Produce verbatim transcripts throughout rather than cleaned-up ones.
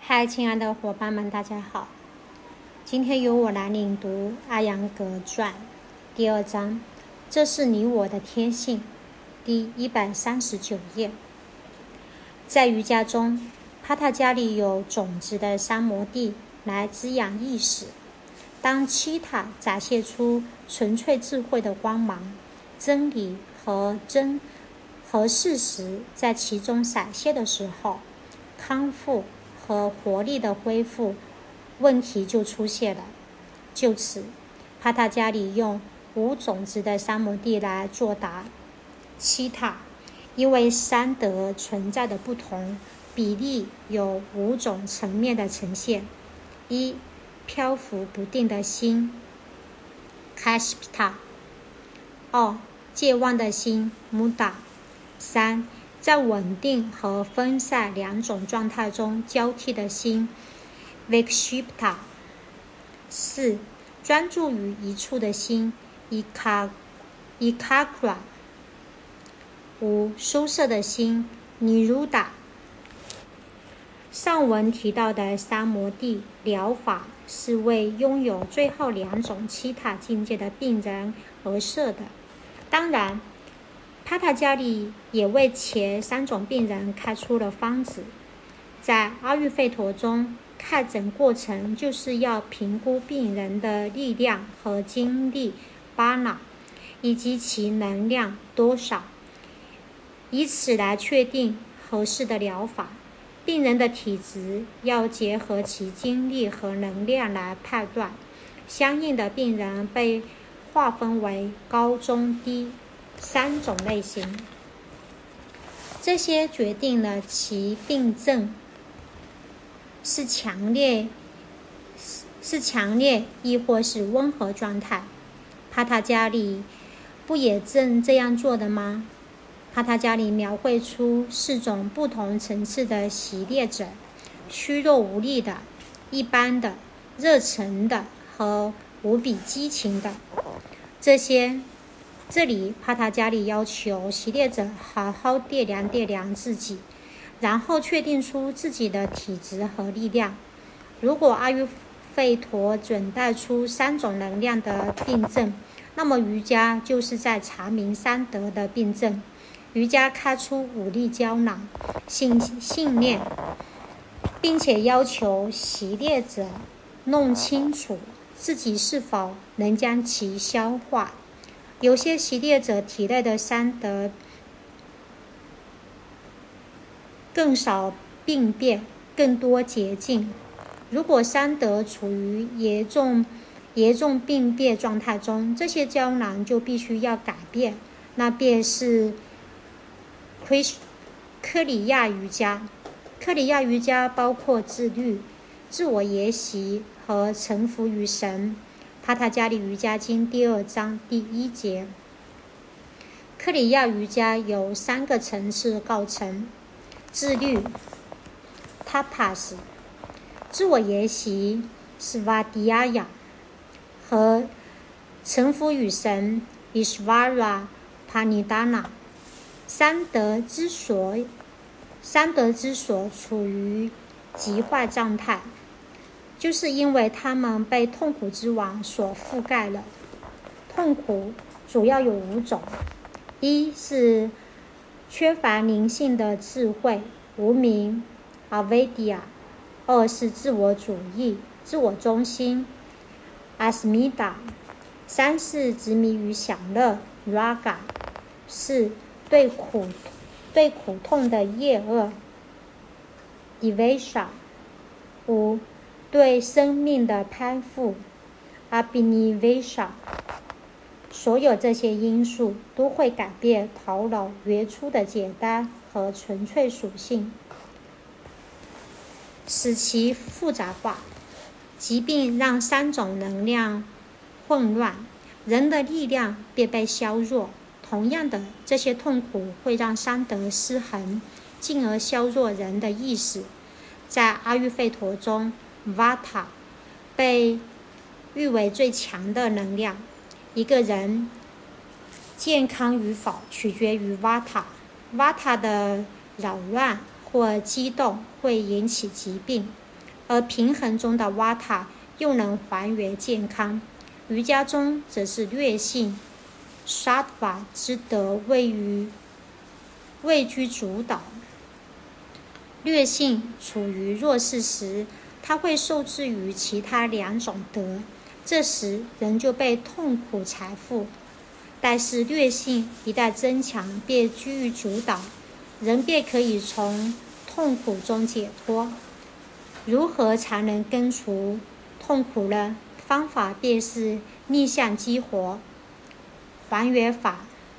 嗨，亲爱的伙伴们，大家好。今天由我来领读《阿扬格传》第二章，这是你我的天性，第一百三十九页。在瑜伽中，帕塔加里有种子的三摩地来滋养意识。当七塔展现出纯粹智慧的光芒，真理和真和事实在其中闪现的时候，康复和活力的恢复问题就出现了。就此，帕塔加里用无种子的三摩地来作答。七塔因为三德存在的不同比例，有五种层面的呈现：一、漂浮不定的心 Kashpita； 二、健忘的心 Muda； 三、在稳定和分散两种状态中交替的心 Vikshipta； 四、专注于一处的心 Ekagra； 五、收摄的心 Niruddha。 上文提到的三摩地疗法是为拥有最后两种七塔境界的病人而设的。当然，帕塔加里也为前三种病人开出了方子。在阿育吠陀中，看诊过程就是要评估病人的力量和精力巴那以及其能量多少，以此来确定合适的疗法。病人的体质要结合其精力和能量来判断，相应的病人被划分为高、中、低三种类型。这些决定了其病症是强烈是强烈亦或是温和状态。帕塔加里不也正这样做的吗？帕塔加里描绘出四种不同层次的习猎者：虚弱无力的、一般的、热忱的和无比激情的。这些这里帕塔加里要求习猎者好好掂量掂量自己，然后确定出自己的体质和力量。如果阿育吠陀准带出三种能量的病症，那么瑜伽就是在查明三德的病症。瑜伽开出五力胶囊信信念，并且要求习猎者弄清楚自己是否能将其消化。有些习猎者体内的三德更少病变，更多捷径。如果三德处于严重严重病变状态中，这些胶囊就必须要改变，那便是科里亚瑜伽。科里亚瑜伽包括自律、自我研习和臣服于神。帕塔加里瑜伽经第二章第一节。科里亚瑜伽由三个层次构成：自律 tapas， 自我研习 svadhyaya 和臣服于神 ishvara pranidhana。三德之所三德之所处于极坏状态，就是因为他们被痛苦之网所覆盖了。痛苦主要有五种：一是缺乏灵性的智慧，无明 avidya； 二是自我主义，自我中心 asmita； 三是执迷于享乐 raga； 四对苦对苦痛的厌恶 devesha； 五对生命的攀附 abhinivesha。 所有这些因素都会改变头脑原初的简单和纯粹属性，使其复杂化。疾病让三种能量混乱，人的力量便被削弱。同样的，这些痛苦会让三德失衡，进而削弱人的意识。在阿育吠陀中， Vata 被誉为最强的能量。一个人健康与否取决于 Vata。 Vata 的扰乱或激动会引起疾病。 而平衡中的瓦塔又能还原健康。瑜伽中则是略性萨特瓦之德位于位居主导。略性处于弱势时，它会受制于其他两种德，这时人就被痛苦财富。但是略性一旦增强，便居于主导，人便可以从痛苦中解脱。如何才能根除痛苦呢？方法便是逆向激活、还原法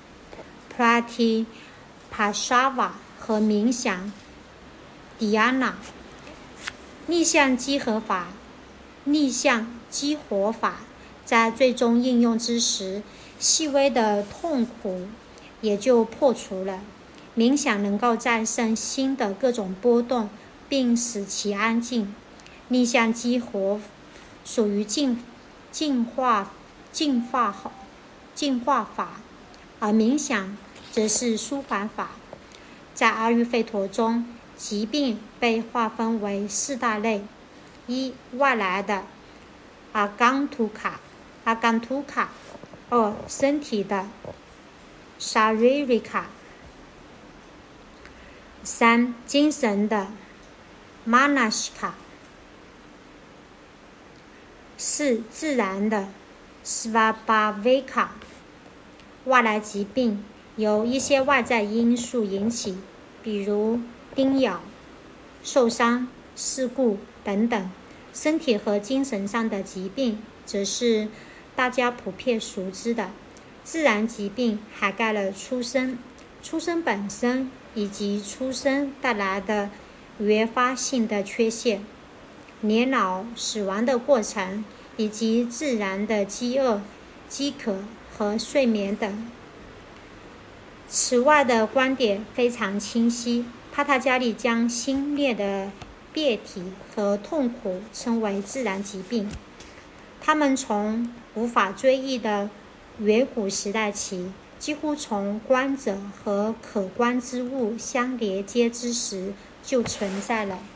（Pratipashava） 和冥想 （Dhyana）。逆向激活法、逆向激活法在最终应用之时，细微的痛苦也就破除了。冥想能够战胜心的各种波动，并使其安静。逆向激活属于进进化进化好进化法，而冥想则是舒缓法。在阿育吠陀中，疾病被划分为四大类：一、外来的阿冈图卡阿冈图卡；二、身体的萨瑞瑞卡；三、精神的玛纳西卡；四、自然的斯瓦巴维卡。外来疾病由一些外在因素引起，比如叮咬、受伤、事故等等。身体和精神上的疾病则是大家普遍熟知的。自然疾病涵盖了出生、出生本身以及出生带来的原发性的缺陷、年老、死亡的过程，以及自然的饥饿、饥渴和睡眠等。此外的观点非常清晰，帕塔加利将心裂的液体和痛苦称为自然疾病。它们从无法追忆的远古时代起，几乎从观者和可观之物相连接之时就存在了。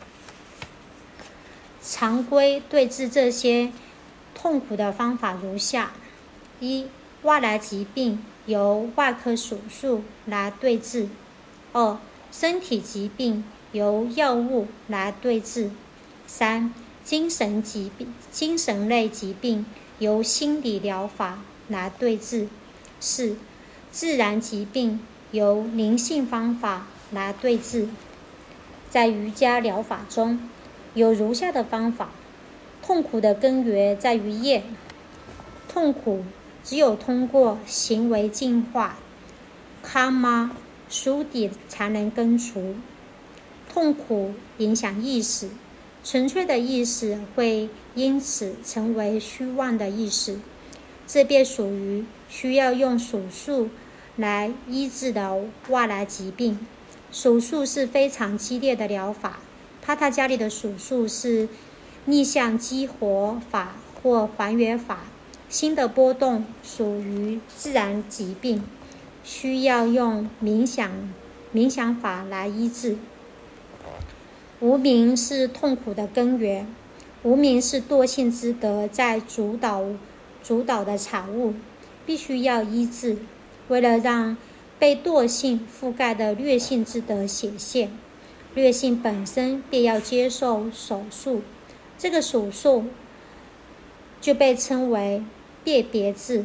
常规对治这些痛苦的方法如下：一、外来疾病由外科手术来对治；二、身体疾病由药物来对治；三、精神疾病、精神类疾病由心理疗法来对治；四、自然疾病由灵性方法来对治。在瑜伽疗法中，有如下的方法：痛苦的根源在于业，痛苦只有通过行为净化 karma 疏底才能根除。痛苦影响意识，纯粹的意识会因此成为虚妄的意识，这便属于需要用手术来医治的外来疾病。手术是非常激烈的疗法，帕塔加利的手术是逆向激活法或还原法。心的波动属于自然疾病，需要用冥想冥想法来医治。无明是痛苦的根源，无明是惰性之德在主导主导的产物，必须要医治。为了让被惰性覆盖的劣性之德显现，劣性本身便要接受手术，这个手术就被称为辨别治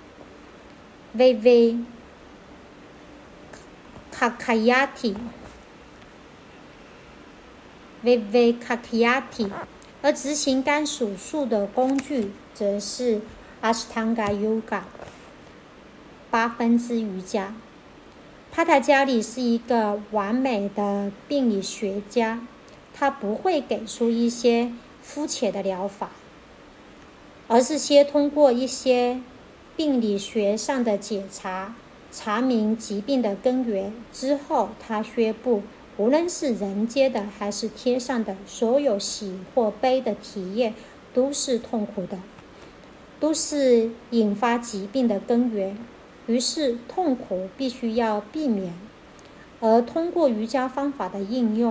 （Vivekakayati）。Vivekakayati， 而执行该手术的工具则是 Ashtanga Yoga 八分之瑜伽。帕塔加利是一个完美的病理学家，他不会给出一些肤浅的疗法，而是先通过一些病理学上的检查，查明疾病的根源之后，他宣布，无论是人间的还是天上的，所有喜或悲的体验都是痛苦的，都是引发疾病的根源。于是痛苦必须要避免。而通过瑜伽方法的应用，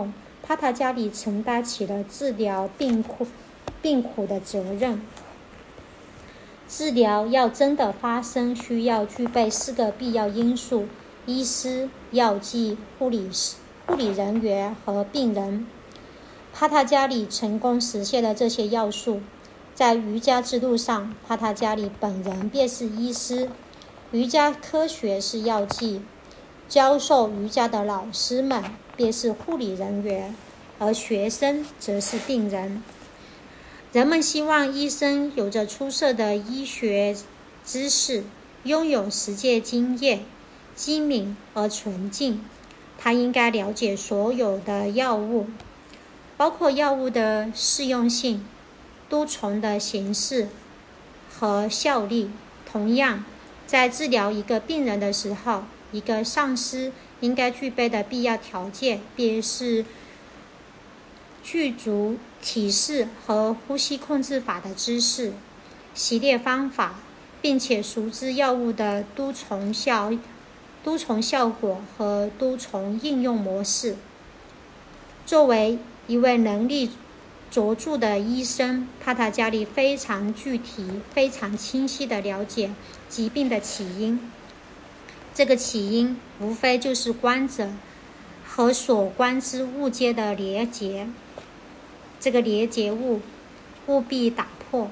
帕塔加里承担起了治疗病苦病苦的责任。治疗要真的发生，需要具备四个必要因素：医师、药剂、护理护理人员和病人。帕塔加里成功实现了这些要素。在瑜伽之路上，帕塔加里本人便是医师，瑜伽科学是药剂，教授瑜伽的老师们便是护理人员，而学生则是病人。人们希望医生有着出色的医学知识，拥有实践经验，机敏而纯净。他应该了解所有的药物，包括药物的适用性、多重的形式和效力。同样，在治疗一个病人的时候，一个上师应该具备的必要条件便是具足体式和呼吸控制法的知识、习练方法，并且熟知药物的多重效多重效果和多重应用模式。作为一位能力卓著的医生，帕塔加里非常具体、非常清晰地了解疾病的起因。这个起因无非就是观者和所观之物间的连结，这个连结物务必打破，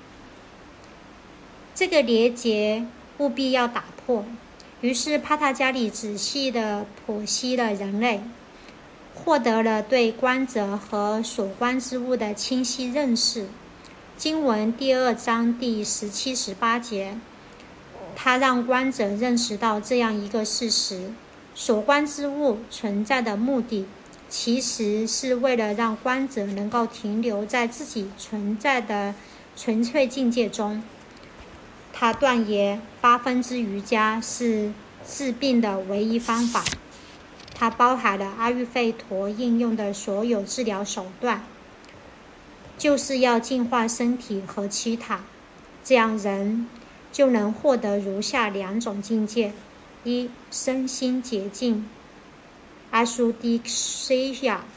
这个连结务必要打破。于是帕塔加里仔细地剖析了人类，获得了对观者和所观之物的清晰认识。经文第二章第十七、十八节，他让观者认识到这样一个事实：所观之物存在的目的，其实是为了让观者能够停留在自己存在的纯粹境界中。他断言八分之瑜伽是治病的唯一方法，它包含了阿育吠陀应用的所有治疗手段，就是要净化身体和其他，这样人就能获得如下两种境界：一、身心洁净阿苏迪西亚；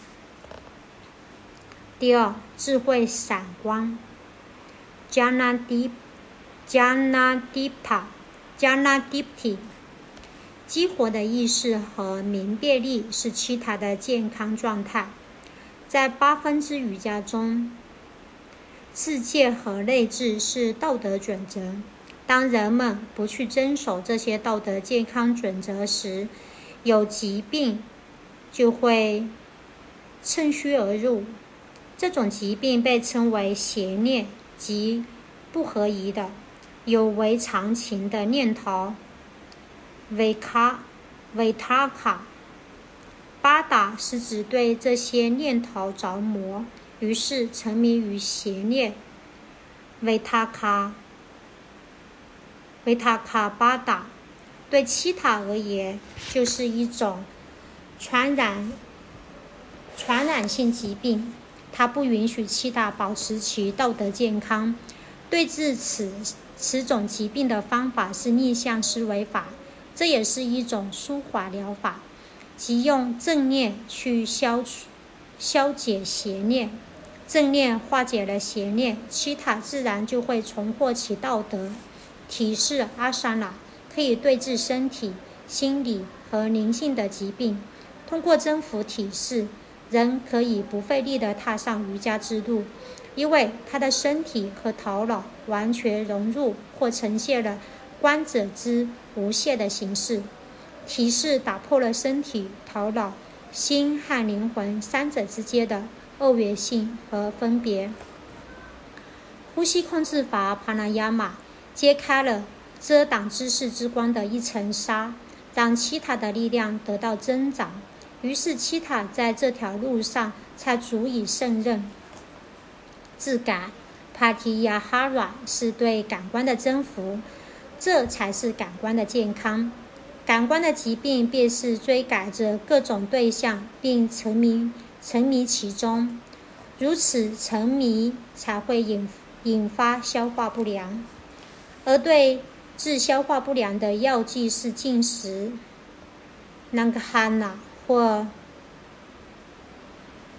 第二，智慧闪光加纳迪加纳迪帕加纳迪提。激活的意识和明辨力是其他的健康状态。在八分之瑜伽中，自戒和内治是道德准则。当人们不去遵守这些道德健康准则时，有疾病就会趁虚而入。这种疾病被称为邪念，即不合宜的、有违常情的念头。维卡维塔卡巴达是指对这些念头着魔，于是沉迷于邪念。维塔卡维塔卡巴达对其他而言就是一种传染传染性疾病，它不允许其他保持其道德健康。对治此此种疾病的方法是逆向思维法，这也是一种舒缓疗法，即用正念去消除消解邪念。正念化解了邪念，其他自然就会重获其道德。体式阿萨那可以对治身体、心理和灵性的疾病。通过征服体式，人可以不费力地踏上瑜伽之路，因为他的身体和头脑完全融入或呈现了观者之无限的形式。体式打破了身体、头脑、心和灵魂三者之间的二元性和分别。呼吸控制法帕那亚马揭开了遮挡知识之光的一层纱，让其他的力量得到增长，于是其他在这条路上才足以胜任。自感帕提亚哈拉是对感官的征服，这才是感官的健康。感官的疾病便是追赶着各种对象并沉迷沉迷其中，如此沉迷才会引引发消化不良。而对治消化不良的药剂是进食 Nanghana 或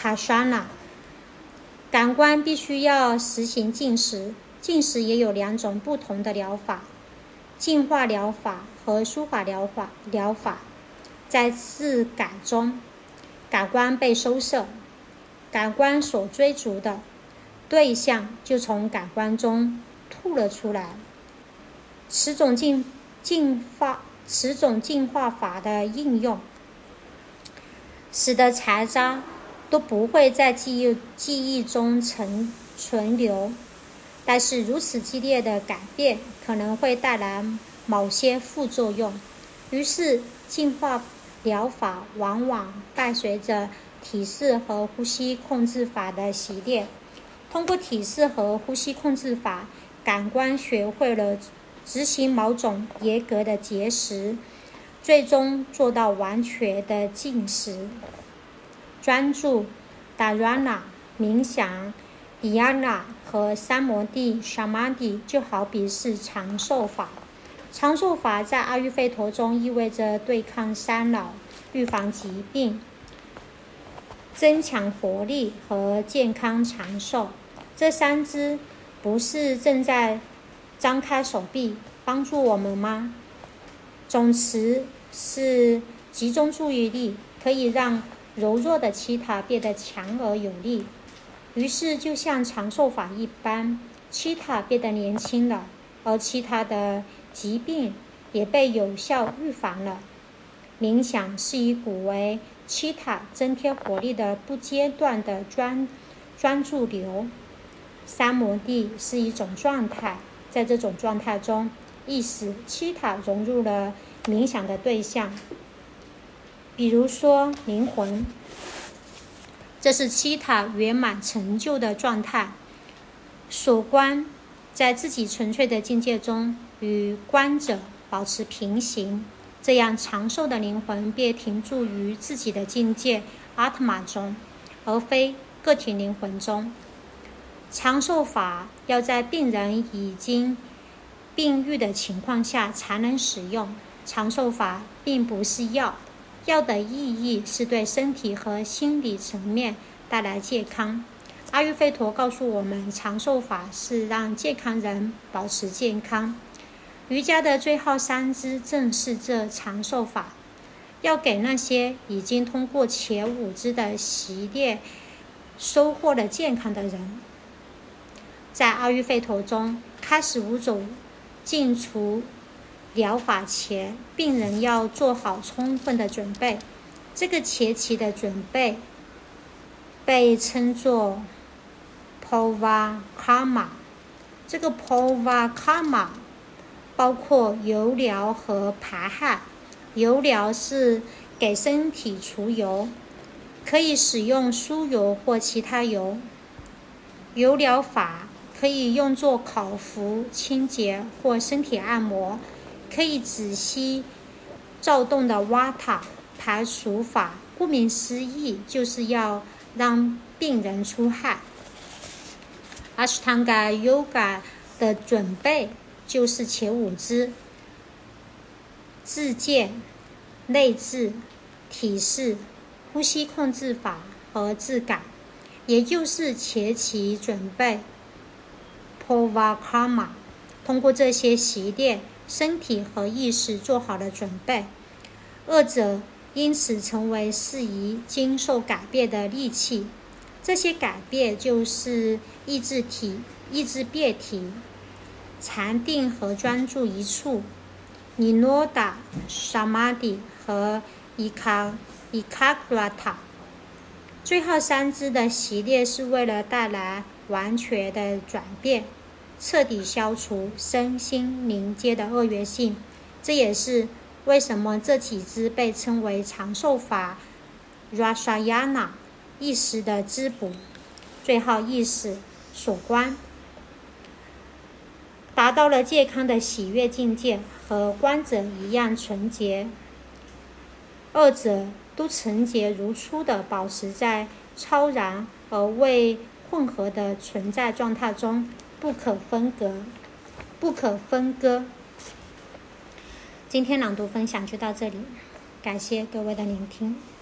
卡沙纳。感官必须要实行进食，进食也有两种不同的疗法，净化疗法和舒缓疗法。疗法在自感中，感官被收摄，感官所追逐的对象就从感官中吐了出来。此种进进化此种进化法的应用，使得残渣都不会在记忆记忆中存存留，但是如此激烈的改变可能会带来某些副作用，于是进化疗法往往伴随着体式和呼吸控制法的洗练。通过体式和呼吸控制法，感官学会了执行某种严格的节食，最终做到完全的进食。专注 dharana 冥想 dhyana 和三摩地 samadhi 就好比是长寿法。长寿法在阿育吠陀中意味着对抗衰老、预防疾病、增强活力和健康长寿。这三支不是正在张开手臂帮助我们吗？总词是集中注意力，可以让柔弱的七塔变得强而有力。于是就像长寿法一般，七塔变得年轻了，而其他的疾病也被有效预防了。冥想是一股为七塔增添活力的不间断的专专注流。三摩地是一种状态，在这种状态中，意识七塔融入了冥想的对象，比如说灵魂。这是七塔圆满成就的状态。所观在自己纯粹的境界中与观者保持平行，这样长寿的灵魂便停驻于自己的境界阿特玛中，而非个体灵魂中。长寿法要在病人已经病愈的情况下才能使用。长寿法并不是药，药的意义是对身体和心理层面带来健康。阿育吠陀告诉我们，长寿法是让健康人保持健康。瑜伽的最后三支正是这长寿法，要给那些已经通过前五支的习练收获了健康的人。在阿育吠陀中，开始五种净除疗法前，病人要做好充分的准备。这个前期的准备被称作 Purvakarma。 这个 Purvakarma 包括油疗和排汗。油疗是给身体除油，可以使用酥油或其他油。油疗法可以用作口服清洁或身体按摩，可以止息躁动的瓦塔。排除法顾名思义就是要让病人出汗。Ashtanga Yoga 的准备就是前五支：自见、内治、体式、呼吸控制法和自感，也就是前期准备 Purvakarma。 通过这些习练，身体和意识做好了准备，二者因此成为适宜经受改变的利器。这些改变就是意志体、意志变体、禅定和专注一处、Nirodha Samadhi 和 Ekagrata。 最后三支的习练是为了带来完全的转变，彻底消除身心灵间的二元性。这也是为什么这几支被称为长寿法 Rasayana 意识的滋补。最后意识所观达到了健康的喜悦境界，和观者一样纯洁，二者都纯洁如初地保持在超然而未混合的存在状态中，不可分割不可分割。今天朗读分享就到这里，感谢各位的聆听。